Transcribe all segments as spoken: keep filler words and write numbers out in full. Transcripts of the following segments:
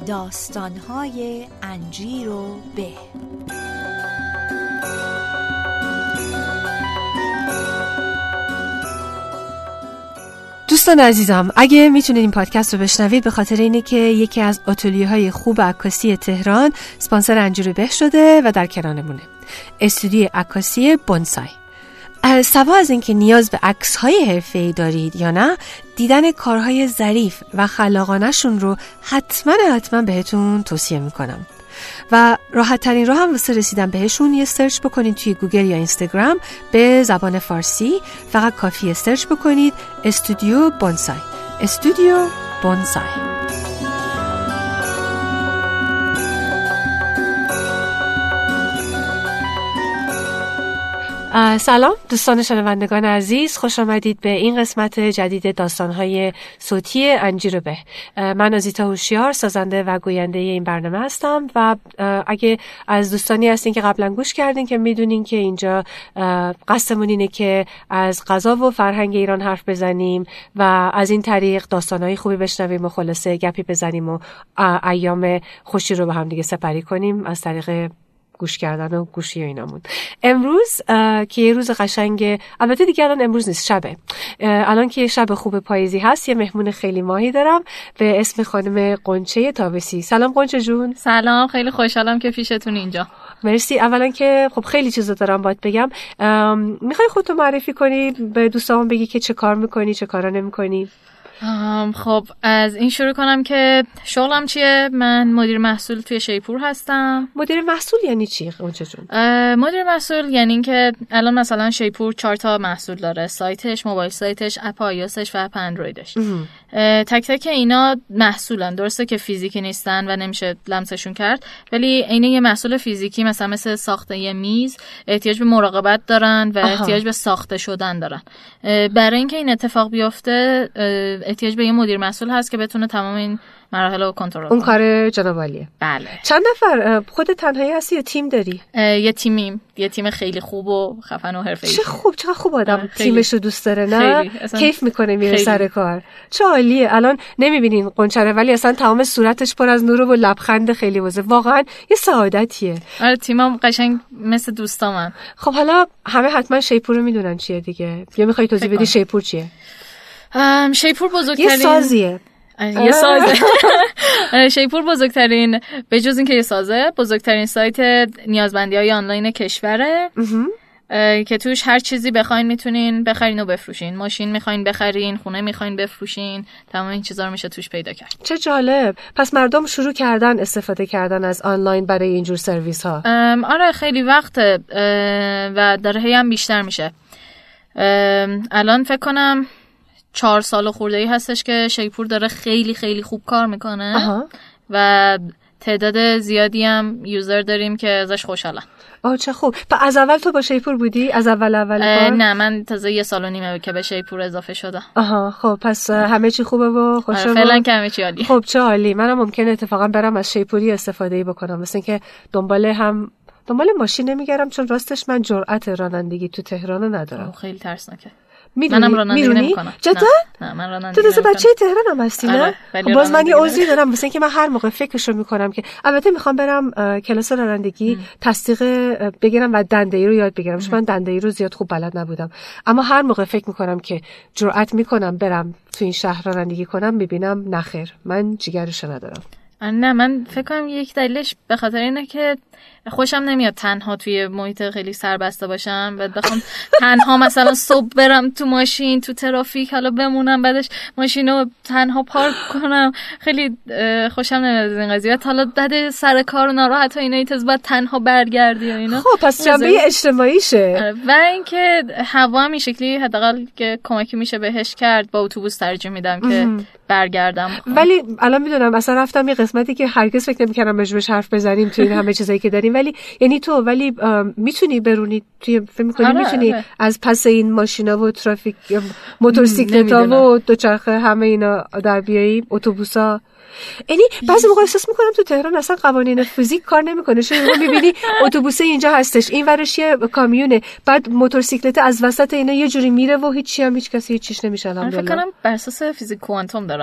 داستان‌های انجیر و به. دوستان عزیزم، اگه میتونید این پادکست رو بشنوید به خاطر اینه که یکی از آتلیه‌های خوب عکاسی تهران اسپانسر انجیر و به شده و در کنارمونه. استودیوی عکاسی بونسای. سوا از اینکه نیاز به عکس‌های حرفه‌ای دارید یا نه، دیدن کارهای ظریف و خلاقانه‌شون رو حتما حتما بهتون توصیه میکنم. و راحت ترین راه هم واسه رسیدن بهشون یه سرچ بکنید توی گوگل یا اینستاگرام به زبان فارسی. فقط کافیه سرچ بکنید استودیو بونسای. استودیو بونسای. سلام دوستان شنوندگان عزیز، خوش آمدید به این قسمت جدید داستان‌های صوتی انجیر و به. من آزیتا هوشیار، سازنده و گوینده این برنامه هستم و اگه از دوستانی هستین که قبلا گوش کردین که میدونین که اینجا قصدمون اینه که از غذا و فرهنگ ایران حرف بزنیم و از این طریق داستان‌های خوبی بشنویم و خلاصه گپی بزنیم و ایام خوشی رو با هم دیگه سپری کنیم از طریق گوش کردن و گوشی و اینامون. امروز که یه روز قشنگه، البته دیگه الان امروز نیست، شبه. الان که یه شب خوب پاییزی هست، یه مهمون خیلی ماهی دارم به اسم خانم قنچه تابسی. سلام قنچه جون. سلام، خیلی خوشحالم که پیشتون اینجا. مرسی. اولا که خب خیلی چیزا دارم باید بگم. میخوای خودتو معرفی کنی، به دوستان بگی که چه کار میکنی، چه کارا نمیکنی؟ خب از این شروع کنم که شغلم چیه. من مدیر محصول توی شیپور هستم. مدیر محصول یعنی چی قنچه جون؟ مدیر محصول یعنی این که الان مثلا شیپور چهار تا محصول داره: سایتش، موبایل سایتش، اپ آیوسش و اپ اندرویدش. تک تک اینا محصولن، درسته که فیزیکی نیستن و نمیشه لمسشون کرد، ولی عین یه محصول فیزیکی مثلا مثل ساخته یه میز احتیاج به مراقبت دارن و احتیاج به ساخته شدن دارن. برای اینکه این اتفاق بیفته احتیاج به یه مدیر محصول هست که بتونه تمام این مراحل رو کنترل کنه. اون کار جناب عالیه. بله. چند نفر؟ خودت تنهایی هستی یا تیم داری؟ یه تیمیم، یه تیم خیلی خوب و خفن و حرفه‌ای. چه خوب، چقدر خوب آدم تیمش رو دوست داره، نه؟ کیف میکنه میره سر کار. چه عالیه. الان نمیبینین قنچه، ولی اصلا تمام صورتش پر از نور و لبخند خیلی واضح. واقعا یه سعادتیه. آره، تیمم قشنگ مثل دوستامن. خب حالا همه حتما شیپور رو میدونن چیه دیگه. یا میخوای توضیح بدی شیپور چیه؟ شیپور بزرگترین یه سازیه. یه سازه. شیپور بزرگترین، به جز این که یه سازه، بزرگترین سایت نیازمندی‌های آنلاین کشوره که توش هر چیزی بخواین میتونین بخرین و بفروشین. ماشین میخواین بخرین، خونه میخواین بفروشین، تمام این چیزا رو میشه توش پیدا کرد. چه جالب. پس مردم شروع کردن استفاده کردن از آنلاین برای اینجور سرویس ها. آره خیلی وقته و داره هی هم بیشتر میشه. الان فکر کنم چهار سال خورده‌ای هستش که شیپور داره خیلی خیلی خوب کار میکنه. آها. و تعداد زیادی هم یوزر داریم که ازش خوشحالن. آه چه خوب. پس از اول تو با شیپور بودی؟ از اول اول کار؟ نه، من تازه یه سال و نیمه که به شیپور اضافه شدم. آها. خب پس همه چی خوبه و خوشم. آره فعلا که همه چی عالیه. خب چه عالی. منم ممکنه اتفاقا برم از شیپوری استفاده بکنم، مثلا که دنبال هم دنبال ماشین نمیگردم، چون راستش من جرأت رانندگی تو تهران ندارم. خیلی ترسناکه. منم رانندگی نمی‌کنم. جدا؟ نه, نه من رانندگی تو دست بچه تهران هم هستی نه؟ آره باز من یه عذری دارم، مثلا که من هر موقع فکرشو میکنم که البته میخوام برم کلاس رانندگی تصدیق بگیرم و دنده‌ای رو یاد بگیرم، چون من دنده‌ای رو زیاد خوب بلد نبودم، اما هر موقع فکر میکنم که جرأت میکنم برم تو این شهر رانندگی کنم، میبینم نخیر، من جیگرشو ندارم. نه من فکر کنم یک دلیلش به خاطر اینه که خوشم نمیاد تنها توی محیط خیلی سربسته باشم و بخوام تنها مثلا صبح برم تو ماشین تو ترافیک، حالا بمونم بعدش ماشینو تنها پارک کنم. خیلی خوشم نمیاد از این قضیه. حالا بعد سر کار ناراحت و اینا تز بعد تنها برگردی و اینا. خب پس جنبه اجتماعیشه. و اینکه هوا هم این شکلی حداقل که کمکی میشه بهش کرد، با اتوبوس ترجیح میدم که برگردم. ولی الان میدونم اصلا رفتم یه قسمتی که هرگز فکر نمی‌کردم بهش حرف بزنیم تو این همه چیزایی که داریم، ولی یعنی تو ولی میتونی برونی توی فکر می‌کنی آره، میتونی آره. از پس این ماشینا و ترافیک موتورسیکلتا و دوچرخه همه اینا در بیایی، اتوبوسا. یعنی بعضی موقع احساس میکنم تو تهران اصلا قوانین فیزیک کار نمیکنه. شما میبینی اتوبوس اینجا هستش، این ورش یه کامیونه، بعد موتورسیکلت از وسط اینا یه جوری میره و هیچی هم هیچ کسی هیچ چیز نمیشه. الحمدلله فکر کنم بر اساس فیزیک کوانتوم داره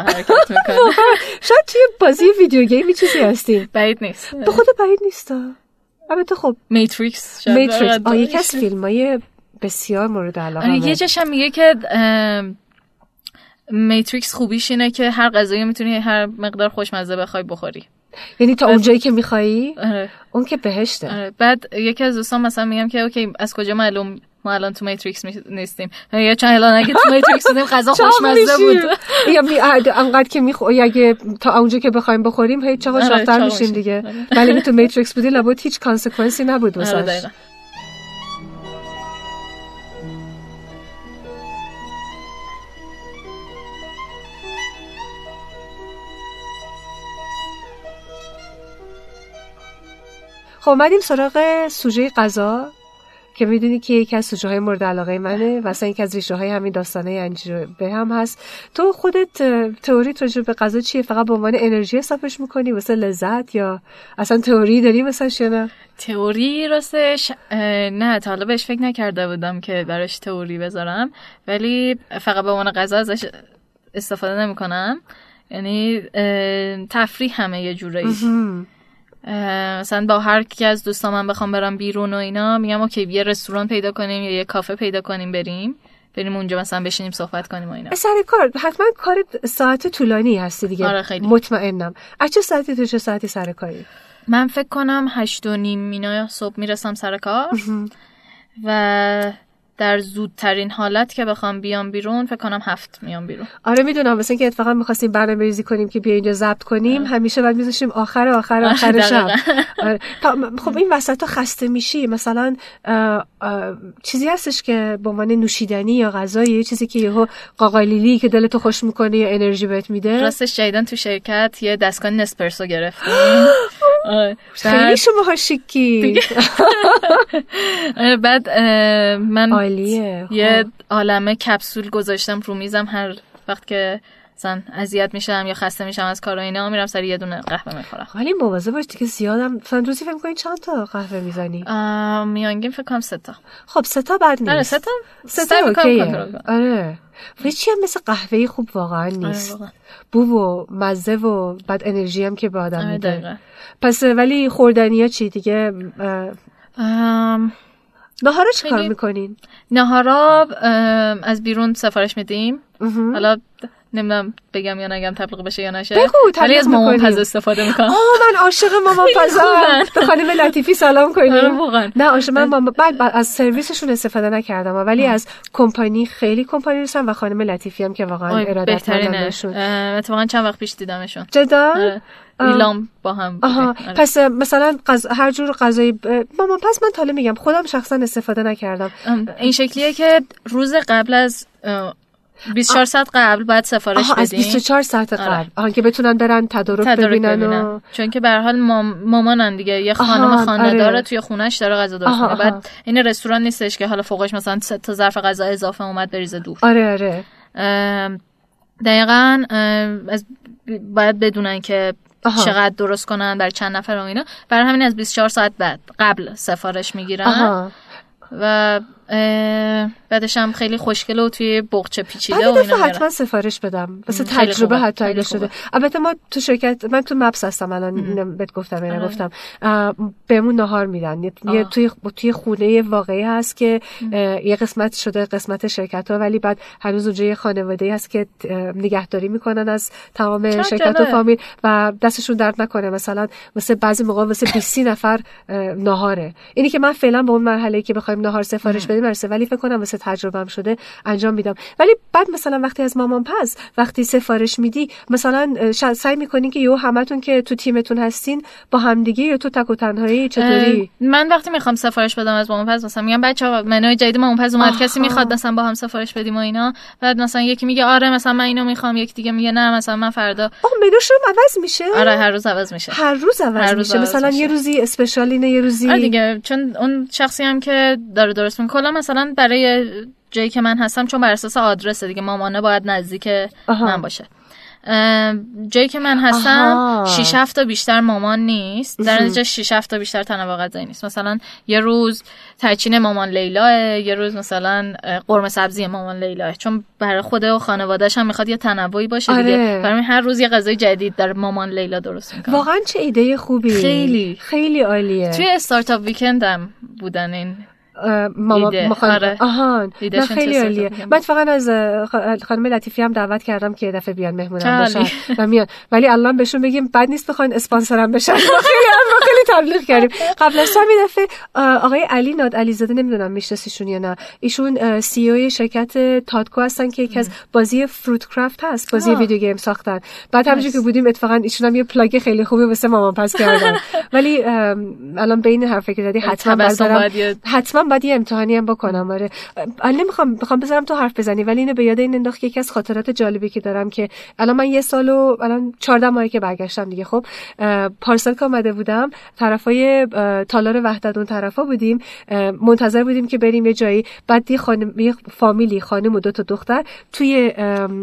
داره حرکت میکنه. شاید توی بازی ویدیو گیمی چیزی هستیم. بعید نیست. به خود بعید نیست. البته خب میتریکس میتریکس آ یکی از فیلم‌های بسیار مورد علاقه. یه جاشم میگه که میتریکس خوبیش اینه که هر غذایی میتونی هر مقدار خوشمزه بخوای بخوری. یعنی تا اونجایی که میخوایی؟ آره. اون که بهشته. آره. بعد یکی از دوستان مثلا میگم که اوکی از کجا معلوم ما الان تو میتریکس نیستیم؟ یا چون الان اگه تو میتریکس بودیم غذا خوشمزه بود. یا می انقدر که میخوای اگه تا اونجا که بخوایم بخوریم هیچ چقدر شاطر میشیم دیگه. ولی تو میتریکس بودی لابد هیچ کانسیکوئنسی نبود واسش. خب اومدیم سراغ سوژه غذا که میدونی که یکی از سوژه های مورد علاقه منه و اصلا یکی از ریشه های همین داستانه انجیر به هم هست. تو خودت تئوریت راجع به غذا چیه؟ فقط به عنوان انرژی حسابش میکنی واسه لذت یا اصلا تئوری داری واسش یا نه؟ تئوری راستش نه، تا حالا بهش فکر نکرده بودم که براش تئوری بذارم، ولی فقط به عنوان غذا ازش استفاده نمیکنم. یعنی تفریح همه یه جورایی. مثلا با هر کی از دوستان من بخوام برم بیرون و اینا میگم اوکی یه رستوران پیدا کنیم یا یه کافه پیدا کنیم بریم بریم اونجا مثلا بشینیم صحبت کنیم و اینا. سر کار حتما کار ساعت طولانی هستی دیگه. آره خیلی. مطمئنم. از چه ساعتی تا چه ساعتی سر کاری؟ من فکر کنم هشت و نیم اینا صبح میرسم سر کار و در زودترین حالت که بخوام بیام بیرون فکر کنم هفت میام بیرون. آره میدونم، مثلا که اتفاقا می‌خواستیم برنامه‌ریزی کنیم که بیا اینجا ضبط کنیم، آره. همیشه بعد می‌ذاشیم آخر آخر آخر شب. آره. خب این وسطا خسته میشی، مثلا آه آه چیزی هستش که به عنوان نوشیدنی یا غذایی، یه چیزی که یهو قاقالیلی که دلتو خوش میکنه یا انرژی بهت میده؟ راستش جدیدن تو شرکت یه دستگاه نسپرسو گرفتیم. خیلی شماها شیکی. بعد من عالیه. یه عالمه کپسول گذاشتم رو میزم، هر وقت که مثلا اذیت میشم یا خسته میشم از کار و اینا میرم سری یه دونه قهوه میخورم. ولی مواظب باش دیگه زیادم. مثلا روزی فکر می‌کنی چند تا قهوه میزنی؟ میانگین فکر کنم سه تا. خب سه تا بد نیست. آره سه تا. سه تا اوکیه. آره. ولی چی هم مثل قهوه خوب واقعا نیست. آره بو و مزه و بعد انرژی هم که به آدم آره میده. دقیقا. پس ولی خوردنیا چی دیگه؟ ام... نهارا چی کار میکنین؟ نهارا از بیرون سفارش میدیم. حالا نمیدونم بگم یا نگم تبلیغ بشه یا نشه، ولی از مامان پز استفاده میکنم. آه من عاشق مامان پزم. به خانم لطیفی سلام کنیم. نه عاشق من مامان بعد از سرویسشون استفاده نکردم ولی از کمپانی خیلی کمپانی هستن و خانم لطیفی هم که واقعا ارادتمندم بهشون. اتفاقا چند وقت پیش دیدمشون. جدا؟ ایلام با هم. آها. پس مثلا غذا هر جور غذایی مامان پس من تا حالا میگم خودم شخصا استفاده نکردم. این شکلیه که روز قبل از بیست و چهار ساعت قبل بعد سفارش بدیم. از بیست و چهار ساعت قبل. آره. آها که بتونن برن تدارک, تدارک ببینن, ببینن. و... چون که به هر حال مام... مامانن دیگه، یه خانم خانه داره آره. توی خونش داره غذا درست می‌کنه. بعد این رستوران نیستش که حالا فوقش مثلا سه تا ظرف غذا اضافه اومد بریزه دور. آره آره. دقیقاً از باید بدونن که آها. چقدر درست کنن برای چند نفر و اینا. برای همین از بیست و چهار ساعت بعد قبل سفارش میگیرن. آها. و بعدش هم خیلی خوشگله و توی بغچه پیچیده و اینا. حتما سفارش بدم واسه تجربه حتی اگه شده. البته ما تو شرکت من تو مپس هستم الان بهت گفتم یا نگفتم بهمون ناهار میدن. یه توی توی خونه واقعی هست که یه قسمت شده قسمت شرکت ها، ولی بعد هنوز اونجا یه خانواده‌ای هست که نگهداری میکنن از تمام شرکت و فامیل و دستشون درد نکنه. مثلا واسه بعضی موقع واسه بیست نفر ناهاره. اینی که من فعلا به اون مرحله‌ای که بخوایم ناهار سفارش بدیم برسه، ولی فکر کنم واسه تجربه‌ام شده انجام میدم. ولی بعد مثلا وقتی از مامان پز وقتی سفارش میدی مثلا سعی میکنین که یهو همتون که تو تیمتون هستین با همدیگه یا تو تک و تنهایی چطوری؟ من وقتی میخوام سفارش بدم از مامان پز مثلا میگم بچه‌ها منوی جدید مامان پز اومد، کسی میخواد مثلا با هم سفارش بدیم و اینا. بعد مثلا یکی میگه آره مثلا من اینو میخوام، یکی دیگه میگه نه مثلا من فردا. آه منوشون عوض میشه؟ آره هر روز عوض میشه. هر روز عوض هر روز میشه. عوض مثلا میشه. یه روزی اسپشیال اینه، یه روزی آره دیگه، چون اون شخصی هم که داره درست میکنه کلا مثلا برای جایی که من هستم چون بر اساس آدرس دیگه مامانه باید نزدیک آها. من باشه. جایی که من هستم شش هفت تا بیشتر مامان نیست، در نتیجه شش هفت تا بیشتر تنوع غذایی نیست. مثلا یه روز ترچین مامان لیلا، یه روز مثلا قرمه سبزی مامان لیلا، چون برای خوده و خانواده‌اش هم میخواد یه تنوعی باشه. آره. دیگه برای هر روز یه غذای جدید در مامان لیلا درست میکنم. واقعا چه ایده خوبی، خیلی خیلی عالیه. توی استارتاپ ویکندم بودن این ماما مخان... آره. آهان نه خیلی عالیه. من فقط از خانم لطیفی هم دعوت کردم که دفعه بیان مهمونم باشن و میان، ولی الان بهشون بگیم بد نیست بخواین اسپانسرم بشن. خیلی ما خیلی تبلیغ کردیم. قبل از همین دفعه آقای علی ناد علیزاده، نمیدونم میشناسیشون یا نه، ایشون سی او شرکت تادکو هستن که یکی از بازی فروت کرافت هست، بازی ویدیو گیم ساختن. بعد همونجوری که بودیم اتفاقا ایشون هم یه پلاگ خیلی خوبی واسه مامان پس کردن. ولی الان بین حرفی که زدی حتما برام حتما بعد یه امتحانی هم بکنم. آره الان نمیخوام میخوام بذارم تو حرف بزنی، ولی اینو به یاد این انداخت که یکی از خاطرات جالبی که دارم که الان من یه سالو الان چهارده ماهه که برگشتم دیگه. خب پارسال که اومده بودم طرفای تالار وحدت اون طرفا بودیم، منتظر بودیم که بریم یه جایی. بعد یه خانم یه فامیلی خانم و دو تا دختر توی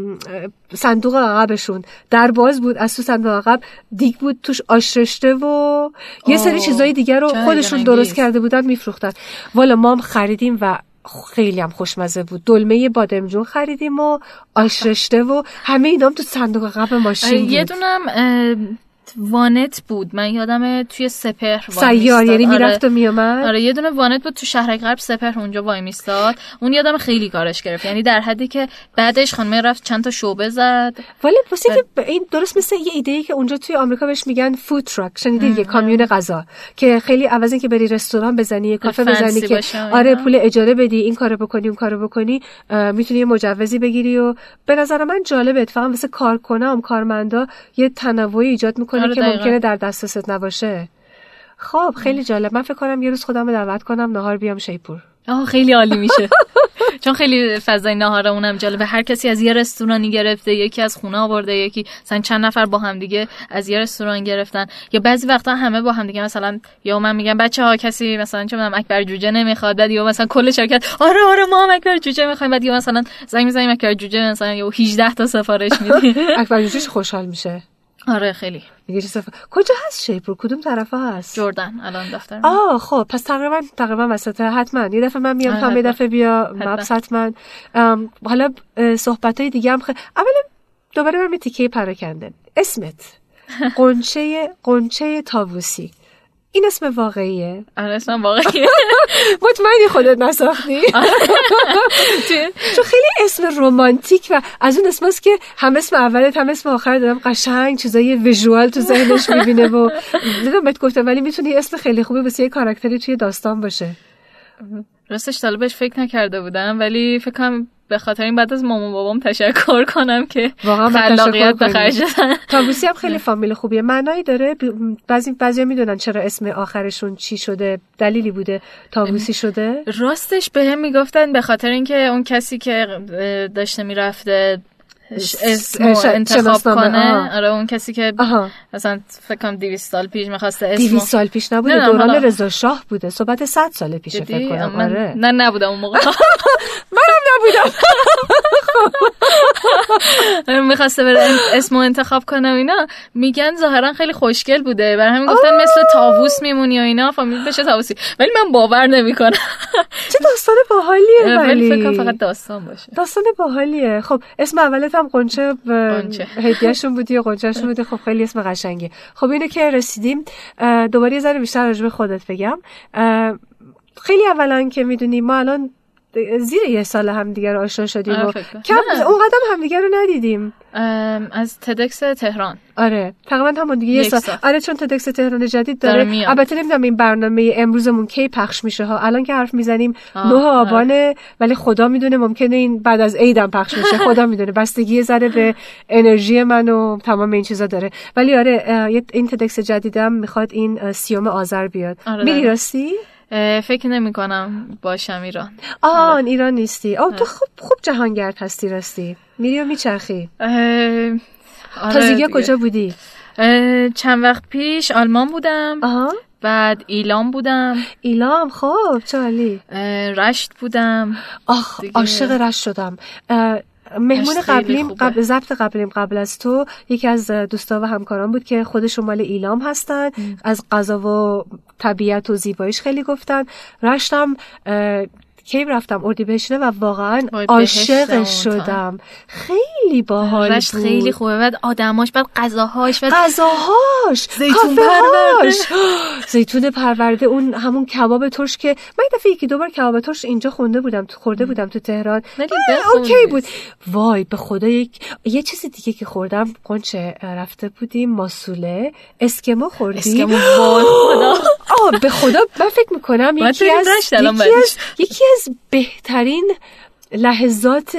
صندوق عقبشون در باز بود، از تو صندوق عقب دیگ بود توش آش رشته و یه سری چیزای دیگه رو خودشون درست کرده بودن میفروختن. والا ما هم خریدیم و خیلی هم خوشمزه بود. دلمه بادمجون خریدیم و آش رشته و همه اینام تو صندوق عقب ماشین بود. یه دونم وانت بود، من یادمه توی سپهر سیار، یعنی میرفت و میومد. آره یه دونه وانت بود تو شهر غرب سپهر، اونجا وای میستاد. اون یادم خیلی کارش گرفت، یعنی در حدی که بعدش خانم رفت چند تا شعبه زد. ولی واسه که این درست مثل یه ایده‌ای که اونجا توی آمریکا بهش میگن فود تراک، شنیدید؟ یه کامیون غذا که خیلی عوض اینکه بری رستوران بزنی، یه کافه بزنی که آره پول اجاره بدی، این کارو بکنی اون کارو بکنی، میتونی یه مجوزی بگیری. و به نظر من جالبه اتفاقا واسه کارکنان کارمندا یه تنوعی ایجاد میکنه آره که ممکنه در دسترست نباشه. خب خیلی جالب. من فکر کنم یه روز خودم رو دعوت کنم نهار بیام شیپور. آه خیلی عالی میشه. چون خیلی فضای نهار اونم جالبه، هر کسی از یه رستورانی گرفته، یکی از خونه آورده، یکی مثلا چند نفر با هم دیگه از یه رستوران گرفتن، یا بعضی وقتا همه با هم دیگه. مثلا یا من میگم بچه‌ها کسی مثلا چه میدونم اکبر جوجه نمیخواد، بعد یا مثلا کل شرکت آره آره ما هم اکبر جوجه میخوایم، بعد یا مثلا زنگ میزنیم اکبر جوجه مثلا یا هجده تا سفارش میدیم. اکبر جوجه خوشحال میشه. آره خیلی. دیگه چه سفر... کجا هست شیپور؟ کدوم طرفا هست؟ جردن الان دفتر. آه خب پس تقریبا تقریبا وسط. حتما یه دفعه من میام تا یه دفعه بیا مپس حتما. حالا صحبتای دیگه هم خ... اولا دوباره من تیکه پراکنده. اسمت قنچه قنچه طاووسی، این اسم واقعیه؟ آره اسم واقعیه. مطمئنی خودت نساختی؟ چون خیلی اسم رمانتیک و از اون اسماست که هم اسم اولت هم اسم آخرت دارم قشنگ چیزای ویژوال تو ذهنش میبینه و دیدم بهت گفتم، ولی میتونه اسم خیلی خوبی واسه یه کاراکتری توی داستان باشه. راستش تا بهش فکر نکرده بودم، ولی فکر کنم به خاطر این بعد از مامان بابام تشکر کنم که خلاقیت به خرج دادن. طاووسی هم خیلی فامیل خوبیه، معنایی داره. بعضی بعضیا میدونن چرا اسم آخرشون چی شده، دلیلی بوده طاووسی شده. راستش بهم میگفتن به خاطر اینکه اون کسی که داشته میرفته اسم انتخاب کنه، آره اون کسی که آها. مثلا فکر کنم دویست سال پیش می‌خواسته اسم دویست سال پیش نبوده، نه دوران حالا... رضا شاه بوده، صحبت صد سال پیشه فکر کنم. من... آره نه نبودم اون موقع. منم نبودم. می‌خواسته بره اسم انتخاب کنه و اینا. میگن ظاهرا خیلی خوشگل بوده، برای همین گفتن مثل طاووس میمونی و اینا، فامیل بشه طاووسی. ولی من باور نمی‌کنم. چه داستان باحالیه. ولی فکر کنم فقط داستان باشه. داستان باحالیه. خب اسم اولت هم قنچه هدیه‌شون بودی یا قنچه‌شون بودی. خب خیلی اسم قشنگه. خب اینه که رسیدیم دوباره یه ذره بیشتر راجع به خودت بگم. خیلی اولا که میدونی ما الان زیر یه سال هم دیگه رو آشنا شدیم و کم اون قدم هم دیگه رو ندیدیم. از تدکس تهران. آره تقریبا همون دیگه یه سال. سال. آره چون تدکس تهران جدید داره. البته نمیدونم این برنامه امروزمون کی پخش میشه ها. الان که حرف میزنیم نه آبانه، ولی خدا میدونه ممکنه این بعد از عید هم پخش میشه. خدا میدونه، بستگی ذره به انرژی من و تمام این چیزا داره. ولی آره این تدکس جدیدم میخواد این سیوم آذر بیاد. آره میری راستی؟ فکر نمی کنم باشم ایران. آه آره. ایران نیستی. آه تو خوب خوب جهانگرد هستی راستی. میری و میچرخی. آره تازگی کجا بودی؟ چند وقت پیش آلمان بودم. آها. بعد ایلام بودم. ایلام خب چه عالی. رشت بودم. آخ عاشق رشت شدم. مهمون قبلیم قبل ضبط قبلیم قبل از تو یکی از دوستا و همکاران بود که خودشون مال ایلام هستن، از غذا و طبیعت و زیباییش خیلی گفتن. رشتم کی رفتم اردیبهشت و واقعا عاشقش شدم. خیلی باحال رشت بود، خیلی خوبه، بعد آدماش، بعد غذاهاش، بعد غذاهاش زیتون پرورده زیتون پرورده، اون همون کباب ترش که من دفعه یکی دو بار کباب ترش اینجا خونده بودم، تو خورده بودم تو تهران، اوکی بود. وای به خدا یک یه چیز دیگه که خوردم قنچه، رفته بودیم ماسوله اسکمو خوردیم. اسکمو وای خدا آه به خدا من فکر میکنم یکی از یکی از یکی از بهترین لحظات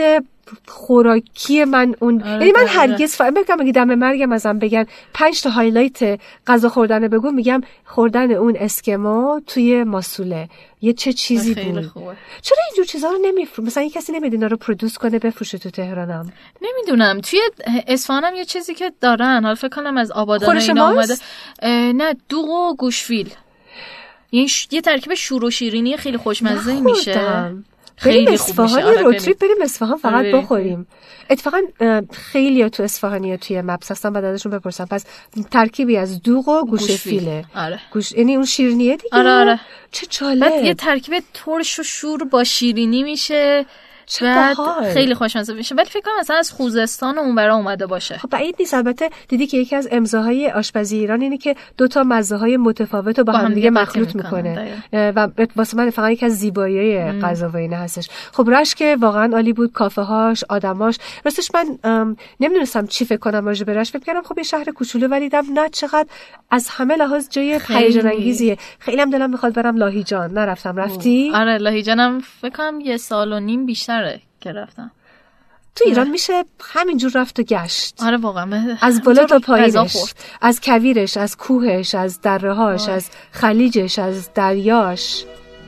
خوراکی من اون، یعنی من هرگز فهم بگم اگه دم مرگم ازم بگن پنج تا هایلایت غذا خوردن بگو، میگم خوردن اون اسکمو توی ماسوله. یه چه چیزی بود. خوبه. چرا اینجور چیزا رو نمیفروشه؟ مثلا یه کسی نمیاد اینا رو پرودوس کنه بفروشه تو تهرانم؟ نمیدونم. توی اصفهانم یه چیزی که دارن، حالا فکر کنم از آبادان اینا اومده. نه دوغ و گوشفیل، یه یه ترکیب شور و شیرینی خیلی خوشمزه میشه. بریم اصفهان یه روتریپ بریم اصفهان فقط بخوریم. اتفاقا خیلی ها تو اصفهانی ها توی مپس هستن، بعد ازشون بپرسم. پس ترکیبی از دوغ و گوشه فیله. آره. گوش، یعنی اون شیرینیه دیگه. آره آره. چه جالب. بعد یه ترکیب ترش و شور با شیرینی میشه. بعد خیلی خوشمزه میشه. ولی فکر کنم مثلا از خوزستان اون برا اومده باشه. خب بعید نیست. البته دیدی که یکی از امضاهای آشپزی ایران اینه که دو تا مزه های متفاوت رو با هم دیگه مخلوط میکنه و واسه من فقط یک از زیبایی‌های غذا و اینا هستش. خب رشت که واقعا عالی بود، کافه هاش، آدماش. راستش من نمیدونستم چی فکر کنم راجع به رشت. فکر کردم خب یه شهر کوچولو، ولی دیدم نه، چقدر از همه لحاظ جای هیجان انگیزیه. خیلی هم دلم میخواد برم لاهیجان. نرفتم. رفتی؟ آره لاهیجانم فکر کنم یه سال و نیم بیشتر که رفتم. تو ایران میشه همینجور رفت و گشت. آره واقعا. از بالا تا پایینش، از کویرش، از کوهش، از دره‌هاش، از خلیجش، از دریاش.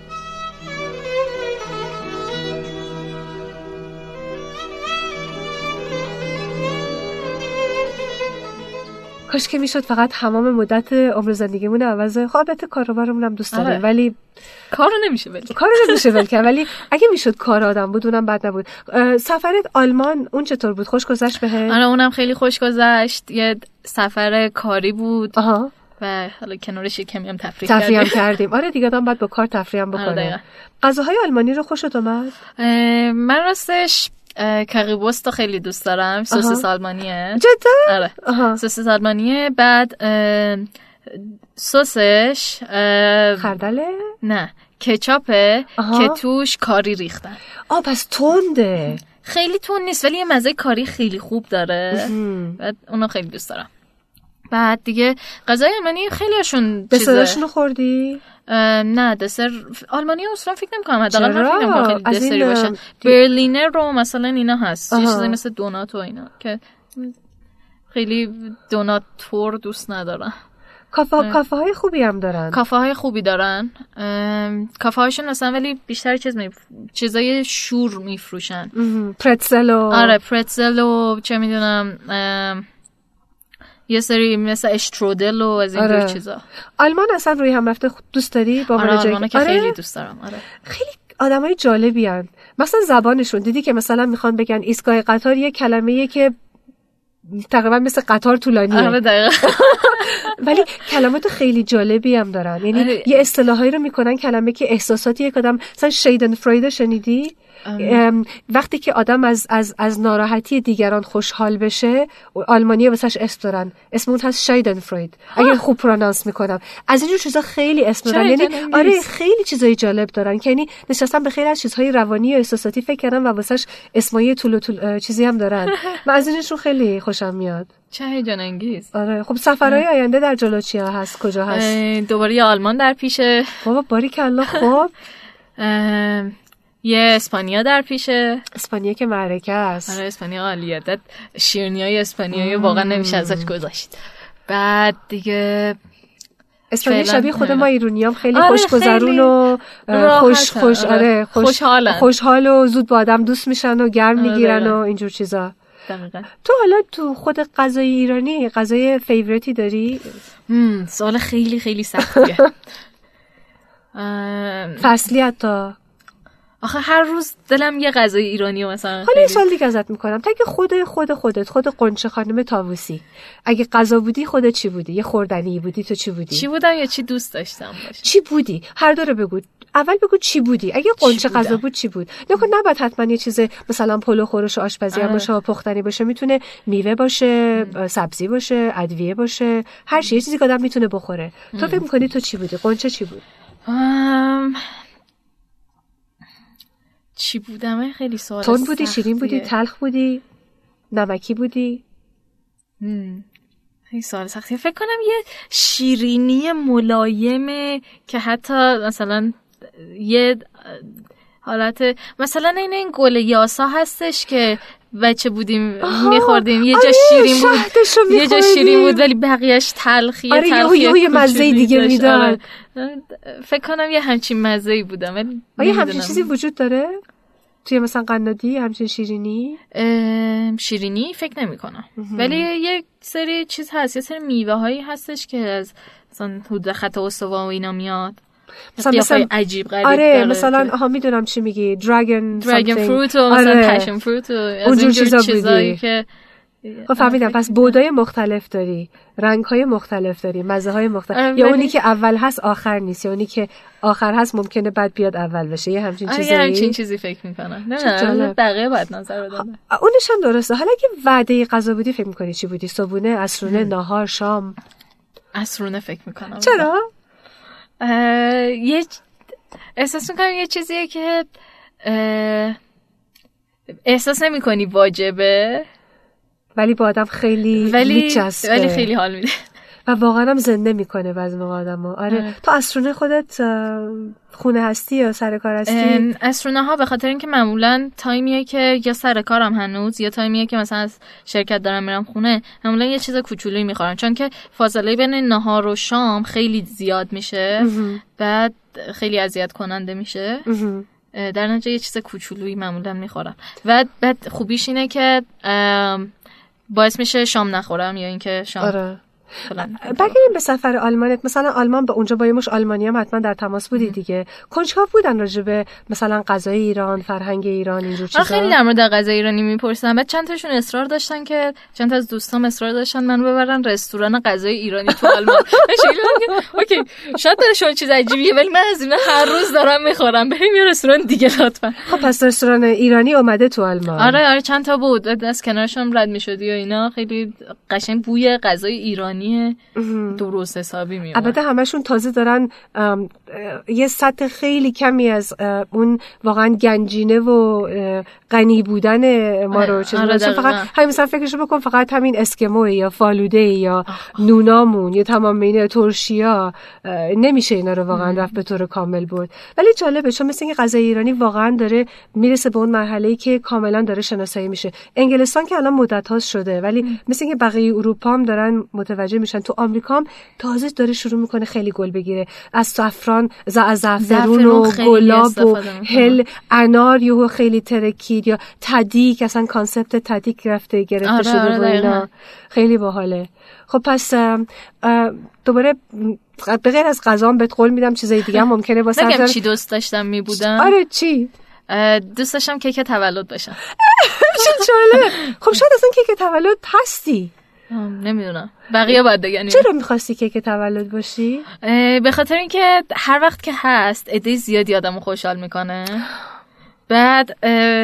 کاش که میشد فقط همام مدت عمر زندگیمون عوض. خب البته کاروبارمون هم دوست داریم، ولی کارو نمیشه ولی کارو نمیشه ولی که ولی اگه میشد کار آدم بود اونم بد نبود. سفرت آلمان اون چطور بود؟ خوش گذشت بهت؟ آره اونم خیلی خوش گذشت. یه سفر کاری بود. آها. و حالا کنارش کمی هم تفریح تفریح هم کردیم. آره دیگه آدم باید با کار تفریح هم بکنه. غذاهای آلمانی رو خوشت اومد؟ من راستش کاریبوست خیلی دوست دارم. سس آلمانیه. جدا؟ آره. سس آلمانیه. بعد سسش خردله؟ نه کچاپه که توش کاری ریختن. آه پس تنده. خیلی تند نیست ولی یه مزه کاری خیلی خوب داره. بعد اونو خیلی دوست دارم. بعد دیگه غذای آلمانی خیلی هاشون چیزه. دسرشونو خوردی؟ نه دسر آلمانی اصلا فکر نمی‌کنم. حداقل من فکر نمی‌کنم خیلی دسری باشه. برلینر رو مثلا اینا هست. یه چیزی مثل دونات و اینا که خیلی دونات تور دوست ندارم. کافه کافه های خوبی هم دارن. کافه های خوبی دارن. کافه هاشون مثلا ولی بیشتر چیز می چیزای شور میفروشن. پرتزل و آره پرتزل و چه میدونم یه سری مثل اشترودل و از این آره. دور چیزا. آلمان اصلا روی هم رفته دوست داری؟ با آره آلمان که آره؟ خیلی دوست دارم. آره خیلی آدمای جالبی ان. مثلا زبانشون دیدی که مثلا میخوان بگن ایستگاه قطار یه کلمه‌ایه که تقریبا مثل قطار طولانیه. آره دقیقاً. ولی کلمات خیلی جالبی هم دارن. یعنی آره. یه اصطلاحایی رو میکنن کلمه که احساساتی یک آدم، مثلا شیدن فروید شنیدی؟ وقتی که آدم از از از ناراحتی دیگران خوشحال بشه، آلمانی واسش اسم دارن. اسم اون هست شایدن فروید. اگه خوب پرونانس میکنم. از اینجور چیزا خیلی اسم دارن. یعنی آره خیلی چیزای جالب دارن که یعنی نشستن به خیلی از چیزهای روانی و احساساتی فکر کردن و واسش اسمای طول طول چیزی هم دارن. من از اینشون خیلی خوشم میاد. چه هیجان انگیز. آره خب سفرهای آینده در جلو چیا هست؟ کجا هست؟ دوباره آلمان در پیشه. بابا باریکلا. خب یه اسپانیا در پیشه. اسپانیا که معرکه است. آره اسپانیا عالیه. داد شیرینیای اسپانیایی واقعا نمیشه ازش گذشت. بعد دیگه اسپانیا شبیه خود ما ایرانیام خیلی آره خوشگذرون و خوش خوش آره خوش خوشحالن. خوشحال و زود با آدم دوست میشن و گرم آره میگیرن و اینجور چیزا. دقیقاً. تو حالا تو خود غذای ایرانی غذای فیوریتی داری؟ هم سوال خیلی خیلی سختیه. فصلی حتی آخه هر روز دلم یه غذای ایرانی مثلا. حالا یه سوال دیگه ازت میکنم، تا اگه خود خود خودت خود قنچه خانم طاووسی اگه غذا بودی خودت چی بودی؟ یه خوردنی بودی تو چی بودی؟ چی بودم یا چی دوست داشتم باشه؟ چی بودی؟ هر دو رو بگو. اول بگو چی بودی؟ اگه قنچه غذا بود چی بود؟ نکن نباید حتما یه چیز مثلا پلو خورش و آشپزی هم باشه و پختنی باشه، میتونه میوه باشه، ام. سبزی باشه، ادویه باشه، هر چی، یه چیزی که آدم میتونه بخوره. تو فکر می‌کنی تو چی بودی؟ قنچه چی بود؟ ام... چی بودم؟ خیلی سوال تون بودی، شیرین بودی، تلخ بودی، نمکی بودی؟ هم. خیلی سوال سختیه. فکر کنم یه شیرینی ملایمه که حتی مثلا یه حالت مثلا این این گل یاسا هستش که بچه بودیم میخوردیم، یه جا شیرین بود یه جا شیرین بود ولی بقیهش تلخیه. آره تلخیه یه یه مزه دیگه میداد. فکر کنم یه همچین مزه‌ای بودم ولی آیا همچین چیزی وجود داره توی مثلا قنادی همچین شیرینی؟ شیرینی فکر نمی کنم ولی یک سری چیز هست، یه سری میوه هایی هستش که از مثلا حدود خط استوا و اینا میاد، مثلا مثلا عجیب غریب. آره مثلا آها میدونم چی میگی، دراگون دراگون فروت و مثلا آره. پشن فروت و از اونجور چیزا چیزایی که خب فهمیدم. پس بودای مختلف داری، رنگ‌های مختلف داری، مزه‌های مختلف. آره یا اونی که اول هست آخر نیست، یا اونی که آخر هست ممکنه بعد بیاد اول بشه. یه همچین چیزی. آره همچین چیزی فکر می‌کنم. نه بقیه بعد نظر بدم. اونش هم درسته. حالا که وعده غذا بودی فکر می‌کنی چی بودی؟ صبحونه، عصرونه، ناهار، شام؟ عصرونه فکر می‌کنم. چرا؟ یه احساس می‌کنم یه چیزیه که احساس نمی‌کنی واجبه ولی با آدم خیلی ولی میچسبه، ولی خیلی حال میده و واقعا هم زنده میکنه بعضی موقع آدمو. آره. آره تو عصرونه خودت خونه هستی یا سر کار هستی؟ عصرونه ها به خاطر اینکه معمولا تایمیه که یا سر کارم هنوز یا تایمیه که مثلا از شرکت دارم میرم خونه، معمولا یه چیز کوچولویی میخورم چون که فاصله بین نهار و شام خیلی زیاد میشه بعد خیلی اذیت کننده میشه. در نتیجه یه چیز کوچولویی معمولا میخورم و بعد خوبیش اینه که باعث میشه شام نخورم یا اینکه شام. آره. بگیم به سفر آلمانت، مثلا آلمان با اونجا با یه مش آلمانی هم حتما در تماس بودی دیگه، کنجکاو بودن راجع به مثلا غذای ایران، فرهنگ ایران، اینجور چیزا؟ خیلی در مورد غذای ایرانی میپرسن، بعد چند تاشون اصرار داشتن که چند تا از دوستام اصرار داشتن منو ببرن رستوران غذای ایرانی تو آلمان. اوکی شاید برای شما چیز عجیبیه ولی من از اینا هر روز دارم میخورم، بریم یه رستوران دیگه لطفا. خب پس رستوران ایرانی اومده تو آلمان؟ آره آره چند تا بود، دست کنارشم رد میشدی و اینا، خیلی قشنگ بوی غذای ایرانی درست حسابی میاد. البته همشون تازه دارن یه سطح خیلی کمی از اون واقعا گنجینه و غنی بودن ما رو چه آره فقط همین مثلا فکرشو بکن فقط همین اسکمو یا فالوده یا نونامون یا تمام اینا ترشیا نمیشه اینا رو واقعا رفت به طور کامل بود. ولی جالبه چون مثل اینکه غذای ایرانی واقعا داره میرسه به اون مرحله‌ای که کاملا داره شناسایی میشه. انگلستان که الان مدت هاست شده ولی مثل اینکه بقیه اروپا هم دارن متوجه میشن. تو آمریکا هم تازه داره شروع میکنه خیلی گل بگیره، از زعفران، زعفرون و گلاب و هل، انار یهو خیلی ترکید یا تدیک، اصلا کانسپت تدیک رفته گرفته آره شده و اینا خیلی باحاله. خب پس دوباره به غیر از غذا بهت قول میدم چیزای دیگه هم ممکنه واسه بگم چی دوست داشتم میبودم. آره چی؟ دوست داشتم کیک تولد باشم. چه جالب. خب شاید اصلا کیک تولد هستی. نمیدونم بقیه باید بگن. چرا میخواستی کیک تولد باشی؟ به خاطر اینکه هر وقت که هست عده زیادی آدمو خوشحال میکنه، بعد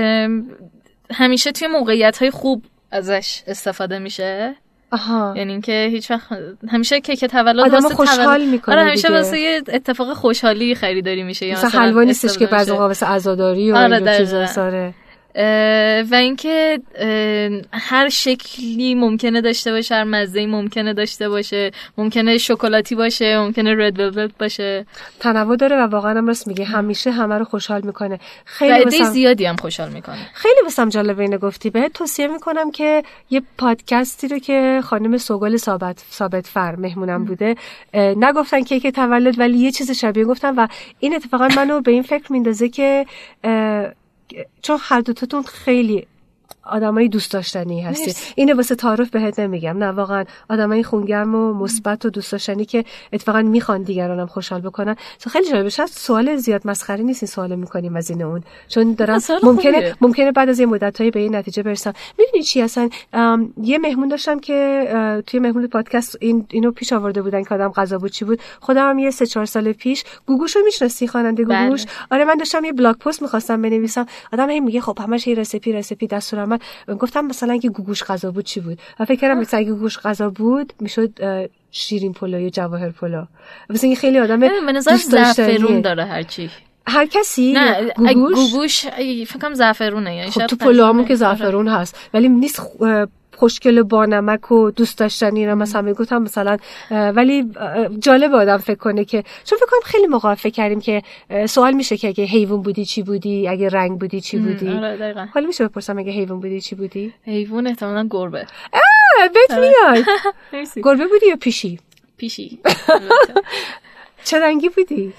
همیشه توی موقعیت‌های خوب ازش استفاده میشه. آها. یعنی اینکه هیچ وقت همیشه کیک تولد آدمو خوشحال میکنه. آره همیشه واسه یه اتفاق خوشحالی خریداری میشه یا مثلا حلوا نیستش که بعضی موقع واسه عزاداری و آره این چیزا ساره. و اینکه هر شکلی ممکنه داشته باشه، هر مزه‌ای ممکنه داشته باشه، ممکنه شکلاتی باشه، ممکنه رد ولوت باشه، تنوع داره و واقعا هم راست میگه همیشه همه رو خوشحال میکنه. خیلی عده زیادی هم خوشحال میکنه. خیلی واسم جالبه اینو گفتی. بهت توصیه میکنم که یه پادکستی رو که خانم سوگل ثابت ثابت فر مهمونم بوده، نگفتن کیک تولد ولی یه چیز شبیه گفتن و این اتفاقا منو به این فکر میندازه که چون هر دوتاتون خیلی آدمای دوست داشتنی هستی. اینه واسه تعارف بهت نمیگم، نه واقعا آدمای خونگرم و مثبت و دوست داشتنی که اتفاقا میخوان دیگرانم خوشحال بکنن. تو خیلی جالب شد، سوال زیاد مسخره نیست این سوالو میکنیم از این اون، چون دارم ممکنه خوبیه. ممکنه بعد از یه مدتایی به این نتیجه برسم. میدونی چی اصلا یه مهمون داشتم که توی مهمون پادکست این اینو پیش آورده بودن که آدم غذا بود چی بود. خودم هم یه سه چهار سال پیش گوگوشو میشناسی، خواننده گوگوش؟ آره من داشتم یه بلاگ پست می‌خواستم بنویسم، آدم هی میگه خب همش یه رسیپی رسیپی دستورالعمل. گفتم مثلا اگه گوگوش غذا بود چی بود؟ و فکر کردم مثلا اگه گوگوش غذا بود میشد شیرین پلو یا جواهر پلو. مثلا این خیلی آدم دوست زعفرون داره هر چی. هر کسی نه گوگوش گوگوش فکر کنم زعفرونه، یعنی خب تو پلوامون که زعفرون هست ولی نیست خوشگل با نمک و دوست داشتنی اینا مثلا میگفتم مثلا، ولی جالب آدم فکر کنه که چون فکر کنم خیلی موقع فکر کردیم که سوال میشه که اگه حیوان بودی چی بودی، اگه رنگ بودی چی بودی. آره دقیقاً. حالا میشه بپرسم اگه حیوان بودی چی بودی؟ حیوان احتمالاً گربه. آه بهت میاد. گربه بودی یا پیشی؟ پیشی. چه رنگی بودی؟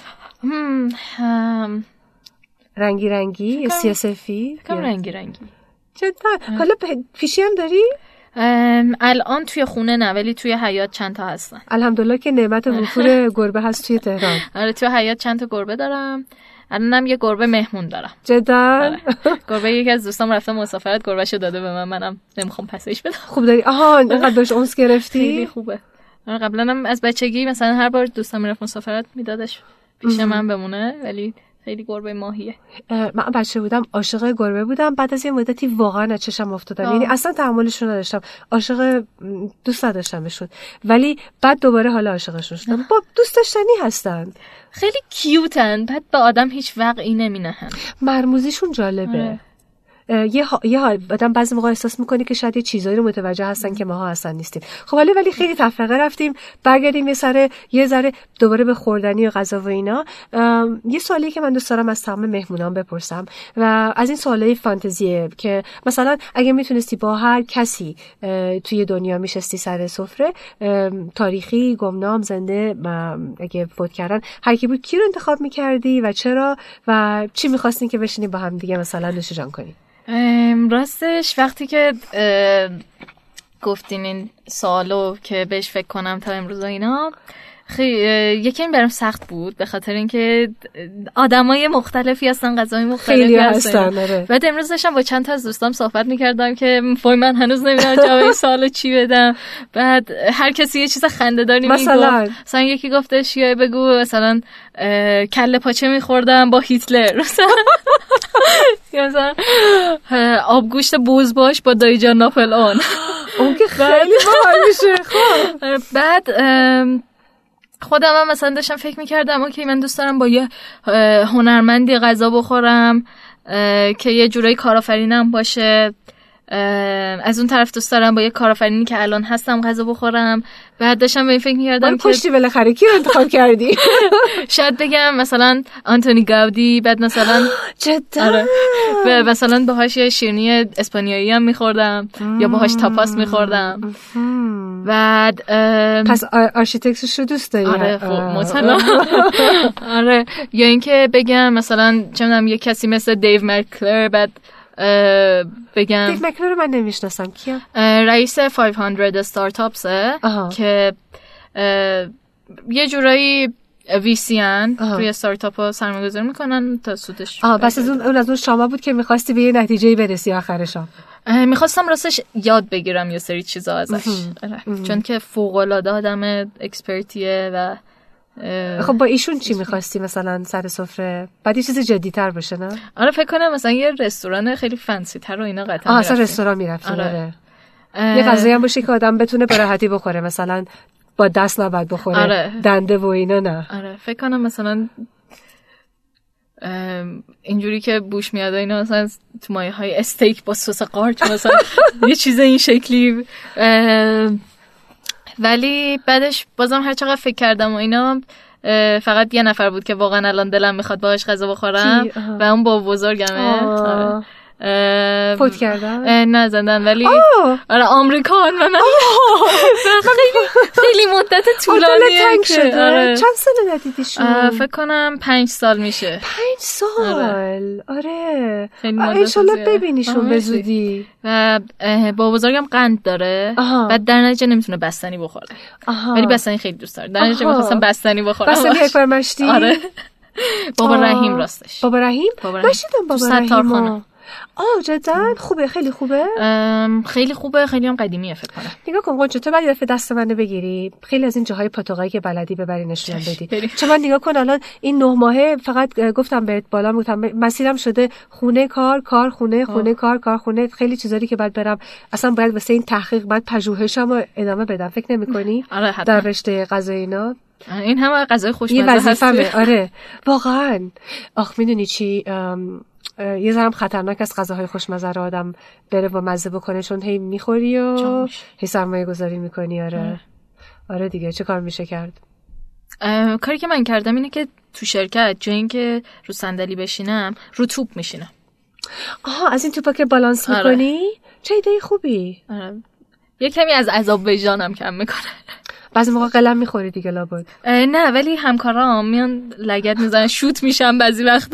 هم رنگی رنگی یا سیاه‌سفید؟ کم رنگی رنگی. جدا. حالا پیشی هم داری؟ الان توی خونه نه، ولی توی حیاط چند تا هستن. الحمدلله که نعمت وفور گربه هست توی تهران. آره توی حیاط چند تا گربه دارم. الانم یه گربه مهمون دارم. جدا. گربه یکی از دوستام رفته مسافرت، گربهشو داده به من، منم نمیخوام پسش بدم. خوب داری. آها اینقدر بهش اونس گرفتی؟ خیلی خوبه. قبلا هم از بچگی مثلا هر بار دوستم میرفت مسافرت میدادش پیش من بمونه، ولی خیلی گربه ماهیه. من بچه بودم عاشق گربه بودم، بعد از یه مدتی واقعا از چشم افتادم، یعنی اصلا تحملشون نداشتم، عاشق دوست نداشتمشون، ولی بعد دوباره حالا عاشقشون شدم. با دوست داشتنی هستن، خیلی کیوتن، بعد به آدم هیچ وقعی نمینهن، مرموزیشون جالبه. آه. یه ها... یه ها... آدم بعضی موقع احساس میکنه که شاید یه چیزایی رو متوجه هستن که ماها اصلا نیستیم. خب ولی ولی خیلی تفرقه رفتیم، برگردیم یه سر یه ذره دوباره به خوردنی و غذا و اینا. یه سوالی که من دوست دارم از تمام مهمونان بپرسم و از این سوالای فانتزیه که مثلا اگه میتونستی با هر کسی توی دنیا میشستی سر سفره، تاریخی، گمنام، زنده، اگه فوت کردن، هر کی بود کی رو انتخاب میکردی و چرا و چی میخواستین که بشینیم با هم دیگه مثلا نوش جان کنیم؟ راستش وقتی که گفتین این سوالو که بهش فکر کنم تا امروز اینا، یکی این برام سخت بود به خاطر اینکه آدمای مختلفی هستن، غذای مختلفی هستن. آره. بعد امروز داشتم با چند تا از دوستام صحبت می‌کردم که فوی من هنوز نمیدونم جواب این سوالو چی بدم. بعد هر کسی یه چیز خنده‌داری میگفت. مثلا مثلا یکی گفتش یا بگو مثلا کله پاچه می‌خوردم با هیتلر. یا مثلا آبگوشت بزباش با دایجان ناپلئون. اون که خیلی باحال میشه. خب بعد خودم هم مثلا داشتم فکر میکردم اوکی من دوست دارم با یه هنرمندی غذا بخورم که یه جورایی کارآفرینم باشه، از اون طرف دوست دارم با یه کارآفرینی که الان هستم غذا بخورم. بعد داشتم به این فکر می‌کردم که پشتی بالاخره کی رو انتخاب کردی؟ شاید بگم مثلا آنتونی گاودی، بعد مثلا جدا آره و مثلا باهاش یه شیرینی اسپانیایی هم می‌خوردم یا باهاش تاپاس می‌خوردم. بعد پس آرشیتکتش رو دوست داری؟ آره خب مثلا آره، یا اینکه بگم مثلا چه می‌دونم یه کسی مثل دیو مکلر، بعد بگم دیو مکلر رو من نمیشناسم، کیه؟ رئیس پانصد استارتاپسه که یه جورایی ویسیان روی استارتاپ ها سرمایه‌گذاری میکنن تا سودش. آه بس از اون اون از اون شما بود که میخواستی به یه نتیجه‌ای برسی آخرشم. میخواستم راستش یاد بگیرم یه سری چیزا ازش، چون که فوق‌العاده آدم اکسپرتیه و خب با ایشون چی می‌خواستی مثلا سر سفره؟ بعد یه چیز جدی‌تر باشه نه؟ آره فکر کنم مثلا یه رستوران خیلی فنسی تر و اینا قطعا. آها اصلا رستوران می‌رفتیم. آره. اه... یه غذایی هم باشه که آدم بتونه به راحتی بخوره، مثلا با دست نباید بخوره. آره. دنده و اینا نه. آره فکر کنم مثلا اینجوری که بوش میاد اینا مثلا تو مایه‌های استیک با سس قارچ مثلا یه چیز این شکلی. ولی بعدش بازم هر چقدر فکر کردم و اینا فقط یه نفر بود که واقعا الان دلم میخواد باهاش غذا بخورم و اون با بزرگمه. فوت کردن؟ نه زندن ولی آره آمریکان و من خیلی خیلی مدت طولانیه که آره. چند سال ندیدیشون؟ فکر کنم پنج سال میشه. پنج سال آره, آره. انشالله ببینیشون به زودی. و با بزرگم قند داره و در نتیجه نمیتونه بستنی بخوره ولی بستنی خیلی دوست داره. در نتیجه میخواستم بستنی بخورم. بستنی اکبر مشتی؟ آره بابا رحیم راستش. بابا رحیم؟ نشیدم بابا رحیم. آه جدا خوبه خیلی خوبه خیلی خوبه خیلی هم قدیمیه فکر کنم. نگاه کن قنچه تو بعد دفعه دست منو بگیری خیلی از این جاهای پاتوقایی که بلدی ببری نشون بدی. چون من نگاه کن الان این نه ماهه فقط گفتم بهت بالا گفتم مسیرم شده خونه کار کار خونه خونه کار کار خونه خیلی چیزایی که بعد برم اصلا باید واسه این تحقیق بعد پژوهشمو ادامه بدم. فکر نمی‌کنی در رشته غذا اینا این همه غذای خوشمزه هست؟ آره واقعا. آخ میدونی چی یه ذرم خطرناک از غذاهای خوشمزه رو آدم بره و مزه بکنه چون هی میخوری و هی سرمایه گذاری میکنی. آره اه. آره دیگه چه کار میشه کرد؟ کاری که من کردم اینه که تو شرکت جای این که رو صندلی بشینم رو توپ میشینم. آها از این توپا که بالانس میکنی؟ آره. چه ایده خوبی. آره. یه کمی از عذاب وجدانم کم میکنه. بعضی موقع قلم میخوری دیگه لابد. نه ولی همکارام میان لگد میزنن شوت میشم بعضی وقتا.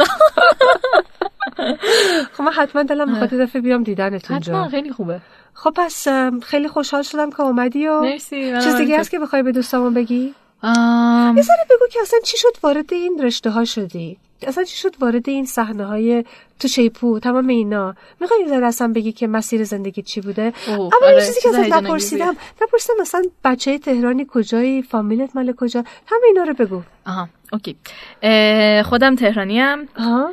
خب من حتما دلم میخواد دفعه بیام دیدنتون اونجا. حتما خیلی خوبه. خب پس خیلی خوشحال شدم که اومدی و مرسی. چیز دیگه هست که بخوای به دوستامون بگی؟ آم... یه ذره بگو که اصلا چی شد وارد این رشته ها شدی؟ اصلا چی شد وارد این صحنه های تو شیپور تمام اینا؟ میخوای یه ذره اصلا بگی که مسیر زندگی چی بوده؟ اما یه چیزی که ازت نپرسیدم نپرسیدم مثلا بچه تهرانی کجایی؟ فامیلت مال کجا؟ همه اینا رو بگو. آها اوکی. خودم تهرانیم. آها.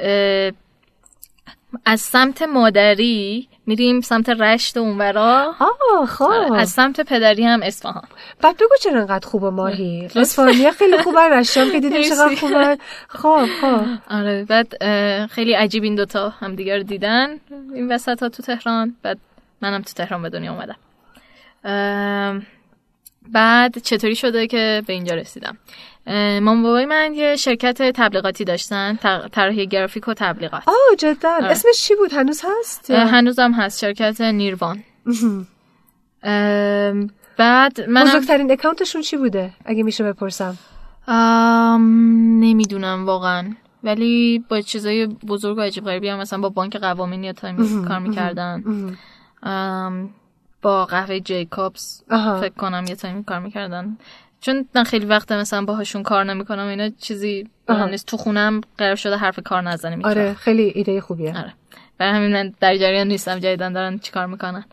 از سمت مادری میریم سمت رشت اونورا. آه خب. از سمت پدری هم اصفهان. بعد بگو چرا انقدر خوبه ماهی؟ اصفهانی خیلی خوبه، رشتم که دیدیم چقدر خوبه. خب خب. آره بعد خیلی عجیب این دوتا هم دیگر دیدن این وسط ها تو تهران. بعد منم تو تهران به دنیا اومدم. بعد چطوری شده که به اینجا رسیدم؟ مامان بابای من یه شرکت تبلیغاتی داشتن، طراحی گرافیک و تبلیغات. آه جدا. آره. اسمش چی بود؟ هنوز هست؟ هنوزم هست، شرکت نیروان. بعد من بزرگترین اکانتشون چی بوده اگه میشه بپرسم؟ نمیدونم واقعا، ولی با چیزای بزرگ و عجیب غریبی هم مثلا با بانک قوامین یا تایم کار میکردن. با قهوه جیکابز فکر کنم یه تایم کار میکردن. چون من خیلی وقت مثلا باهاشون کار نمیکنم اینا چیزی نیست. تو خونم قرار شده حرف کار نزنیم. آره خیلی ایده خوبیه. آره برای همین من در جریان نیستم جدیدن دارن چیکار میکنن.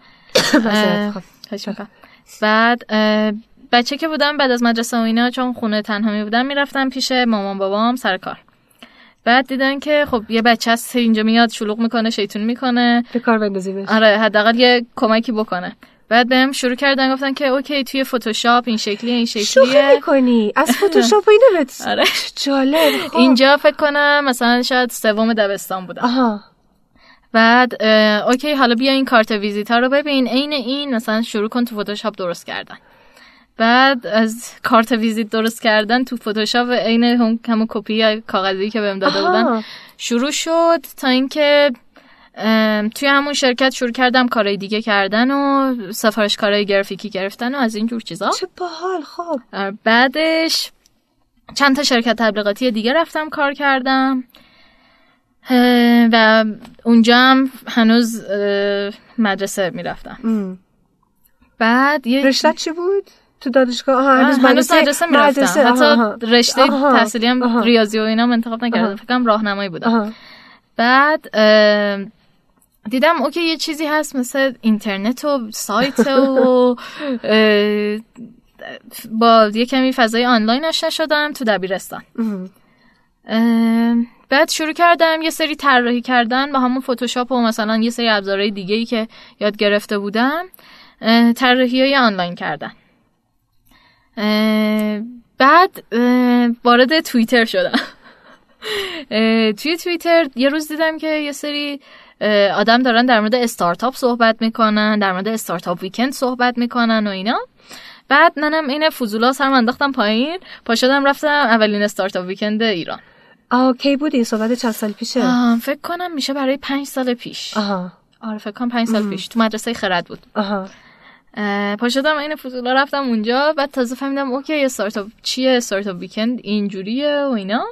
بعد بچه که بودم بعد از مدرسه و اینا چون خونه تنها می بودم میرفتم پیش مامان بابام سر کار. بعد دیدن که خب یه بچه هست اینجا میاد شلوغ میکنه شیطون میکنه به کار بندازیمش. آره حداقل یه کمکی بکنه. بعد بهم شروع کردن گفتن که اوکی توی فتوشاپ این شکلیه این شکلیه. شوخی میکنی از فتوشاپ اینا بهت؟ آره جالب. خب. اینجا فکر کنم مثلا شاید سوم دبستان بودم. آها. بعد اوکی حالا بیا این کارت ویزیت ها رو ببین عین این مثلا شروع کن تو فتوشاپ درست کردن. بعد از کارت ویزیت درست کردن تو فتوشاپ عین هم همون کپی کاغذی که بهم داده بودن شروع شد تا اینکه توی همون شرکت شروع کردم کارهای دیگه کردن و سفارش کارهای گرافیکی گرفتن و از این جور چیزا. چه باحال. خب بعدش چند تا شرکت تبلیغاتی دیگه رفتم کار کردم و اونجا هم هنوز مدرسه میرفتم. بعد یه رشته چی بود؟ تو دانشگاه؟ آها هنوز مدرسه, مدرسه میرفتم. حتی رشته تحصیلی هم ریاضی و اینا انتخاب نکردم. فکر کنم راهنمایی بودم. آها. بعد دیدم اوکی یه چیزی هست مثل اینترنت و سایت و با یه کمی فضای آنلاین آشنا شدم تو دبیرستان. بعد شروع کردم یه سری طراحی کردن با همون فتوشاپ و مثلا یه سری ابزارهای دیگه‌ای که یاد گرفته بودم طراحی‌های آنلاین کردن. بعد وارد توییتر شدم. توی توییتر یه روز دیدم که یه سری آدم دارن در مورد استارتاپ صحبت میکنن، در مورد استارتاپ ویکند صحبت میکنن و اینا. بعد منم این فضولا سرم انداختم پایین، پا شدم رفتم اولین استارتاپ ویکند ایران. آه کی بود این صحبت چند سال پیشه؟ فکر کنم میشه برای پنج سال پیش. آها. آره فکر کنم پنج سال ام. پیش تو مدرسه خرد بود. آها. پا شدم این فضولا رفتم اونجا، بعد تازه فهمیدم اوکی استارتاپ چیه، استارتاپ ویکند اینجوریه و اینا.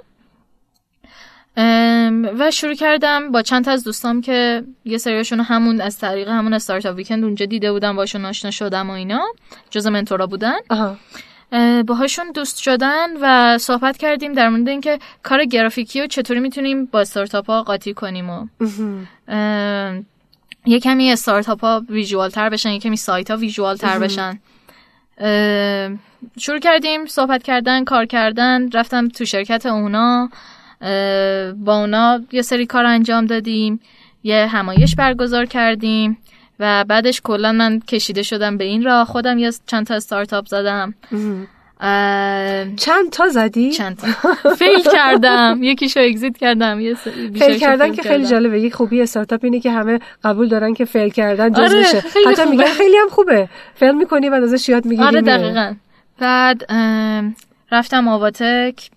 و شروع کردم با چند تا از دوستام که یه سریاشون همون از طریق همون استارتاپ ویکند اونجا دیده بودم، باشون آشنا شدم و اینا، جزء منتورا بودن. آها. باهاشون دوست شدن و صحبت کردیم در مورد اینکه کار گرافیکی رو چطوری میتونیم با استارتاپ ها قاطی کنیم و یه کمی استارتاپ ها ویژوال تر بشن، یه کمی سایت ها ویژوال تر بشن. شروع کردیم صحبت کردن، کار کردن، رفتم تو شرکت اونا، با اونا یه سری کار انجام دادیم، یه همایش برگزار کردیم و بعدش کلا من کشیده شدم به این راه. خودم یه چند تا استارتاپ زدم. چند تا زدی؟ چند تا فیل کردم، یکیشو اگزیت کردم. یه فیل کردن که خیلی جالبه. یک خوبی استارتاپ اینه که همه قبول دارن که فیل کردن جز آره میشه، حتی میگن خیلی هم خوبه، فیل میکنی بعد ازش یاد میگیری. آره دقیقاً. بعد رفتم آواتک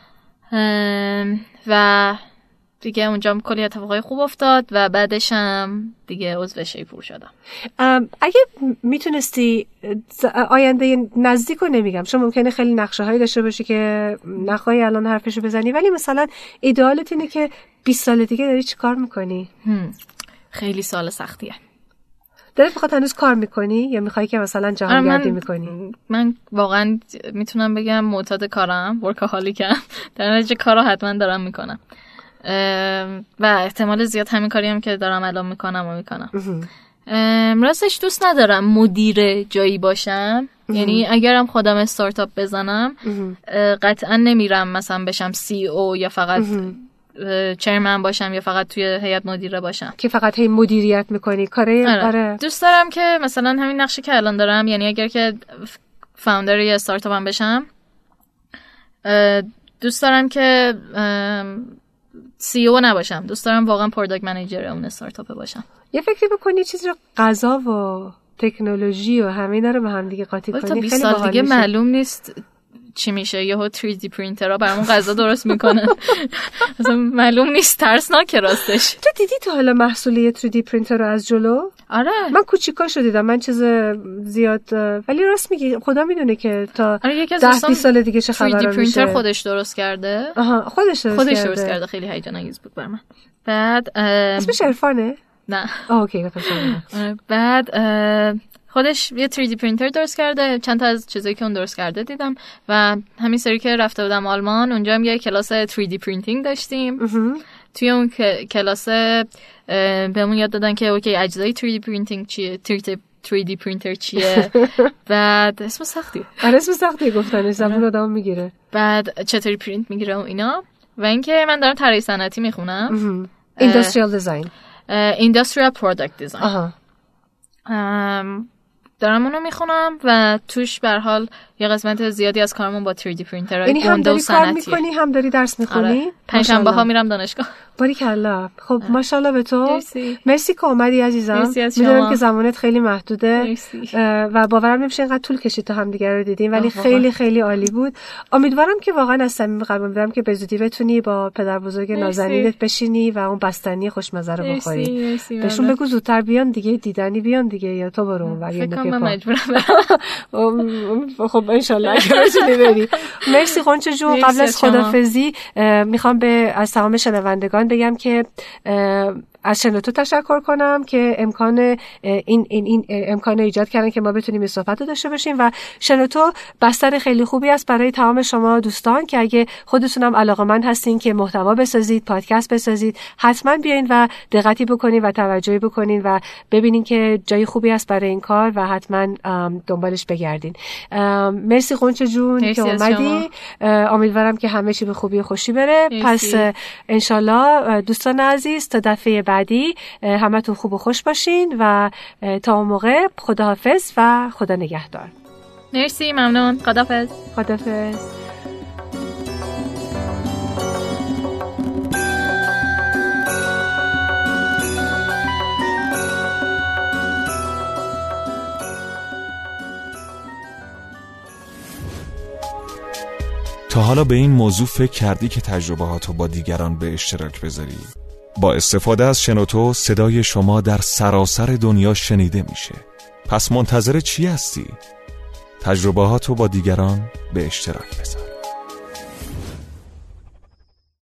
و دیگه اونجا کلی اتفاقای خوب افتاد و بعدش هم دیگه عضو شیپور شدم. اگه میتونستی آینده نزدیک رو نمیگم، چون ممکنه خیلی نقشه هایی داشته باشی که نخواهی الان حرفشو بزنی، ولی مثلا ایدئالت اینه که بیست سال دیگه داری چی کار میکنی؟ خیلی سال سختیه. داری فقط هنوز کار میکنی یا میخوایی که مثلا جهانگردی میکنی؟ من واقعا میتونم بگم معتاد کارم، ورکاهالیکم، در نتیجه کارو حتما دارم میکنم و احتمال زیاد همین کاری هم که دارم الان میکنم و میکنم. راستش دوست ندارم مدیر جایی باشم. یعنی اگرم خودم استارتاپ بزنم قطعا نمیرم مثلا بشم سی او یا فقط چرمن باشم یا فقط توی هیئت مدیره باشم که فقط هی مدیریت میکنی کاره. آره. آره. دوست دارم که مثلا همین نقشی که الان دارم، یعنی اگر که فاوندر یه استارتاپ هم بشم، دوست دارم که سی او نباشم، دوست دارم واقعا پروداکت منیجر اون استارتاپ باشم. یه فکری بکنی چیزی رو غذا و تکنولوژی و همه اینا رو به هم دیگه قاطی کنی. تا بیست سال دیگه میشه. معلوم نیست چی میشه، یهو تری دی پرینترها برامون غذا درست میکنن. اصلا معلوم نیست، ترسناکه راستش. تو دیدی تو حالا محصول یه تری دی پرینتر رو از جلو؟ آره من کوچیکاشو دیدم، من چیز زیاد، ولی راست میگی خدا میدونه که تا آره ده بیست سال دیگه چه خبره میشه. تری دی پرینتر خودش درست کرده. آها خودش درست خودش کرده. درست کرده. خیلی هیجان انگیز بود بر من. بعد اسمش عرفانه؟ نه. آه اوکی گفتم. بعد خودش یه تری دی پرینتر درست کرده، چند تا از چیزایی که اون درست کرده دیدم و همین سری که رفته بودم آلمان، اونجا هم یه کلاس تری دی پرینتینگ داشتیم. توی اون کلاس بهمون یاد دادن که اوکی اجزای تری دی پرینتینگ چیه، تری دی پرینتر چیه. بعد اسم سختیه. آره اسم سختیه گفتنش، زبون آدمو میگیره. بعد چطوری پرینت میگیره و اینا. و اینکه من دارم طراحی صنعتی میخونم. اینداستریال دیزاین. اینداستریال پروداکت دیزاین. آها. دارم اونو میخونم و توش به هر حال یه قسمت زیادی از کارمون با تری دی پرینترهای یعنی هم داری کار میکنی هم داری درس میخونی؟ آره. پنجشنبه ها میرم دانشگاه. باریکلا. خب ماشاءالله به تو. مرسی. مرسی که اومدی عزیزم. میدونم که زمانت خیلی محدوده مرسی. و باورم نمیشه اینقدر طول کشید تا هم دیگه رو دیدیم، ولی خیلی خیلی عالی بود. امیدوارم که واقعا از صمیم قلبم دارم که به زودی بتونی با پدر بزرگ نازنینت بشینی و اون بستنی خوشمزه رو بخوری. بهشون بگو زودتر بیان دیگه، دیدنی بیان دیگه، یا تو برو اون ولی من مجبورم خب ان شاء الله اگه بتونی بری. مرسی خونچه جون. قبل از خدافظی میخوام به از تمام شنوندگان بگم که از شنوتو تشکر کنم که امکان این این این امکان ایجاد کردن که ما بتونیم این صحبت رو داشته باشیم و شنوتو بستر خیلی خوبی است برای تمام شما دوستان که اگه خودتونم علاقه‌مند هستین که محتوا بسازید، پادکست بسازید، حتما بیاین و دقتی بکنین و توجهی بکنین و ببینین که جای خوبی است برای این کار و حتما دنبالش بگردین. مرسی قنچه جون که اومدی. امیدوارم که همه چی به خوبی و خوشی بره. پس انشالله دوستان عزیز تا دفعه بعدی همتون خوب و خوش باشین و تا اون موقع خداحافظ و خدا نگهدار. مرسی، ممنون. خداحافظ. خداحافظ. تا حالا به این موضوع فکر کردی که تجربهاتو با دیگران به اشتراک بذاری؟ با استفاده از شنوتو صدای شما در سراسر دنیا شنیده میشه. پس منتظر چی هستی؟ تجربهاتو با دیگران به اشتراک بذار.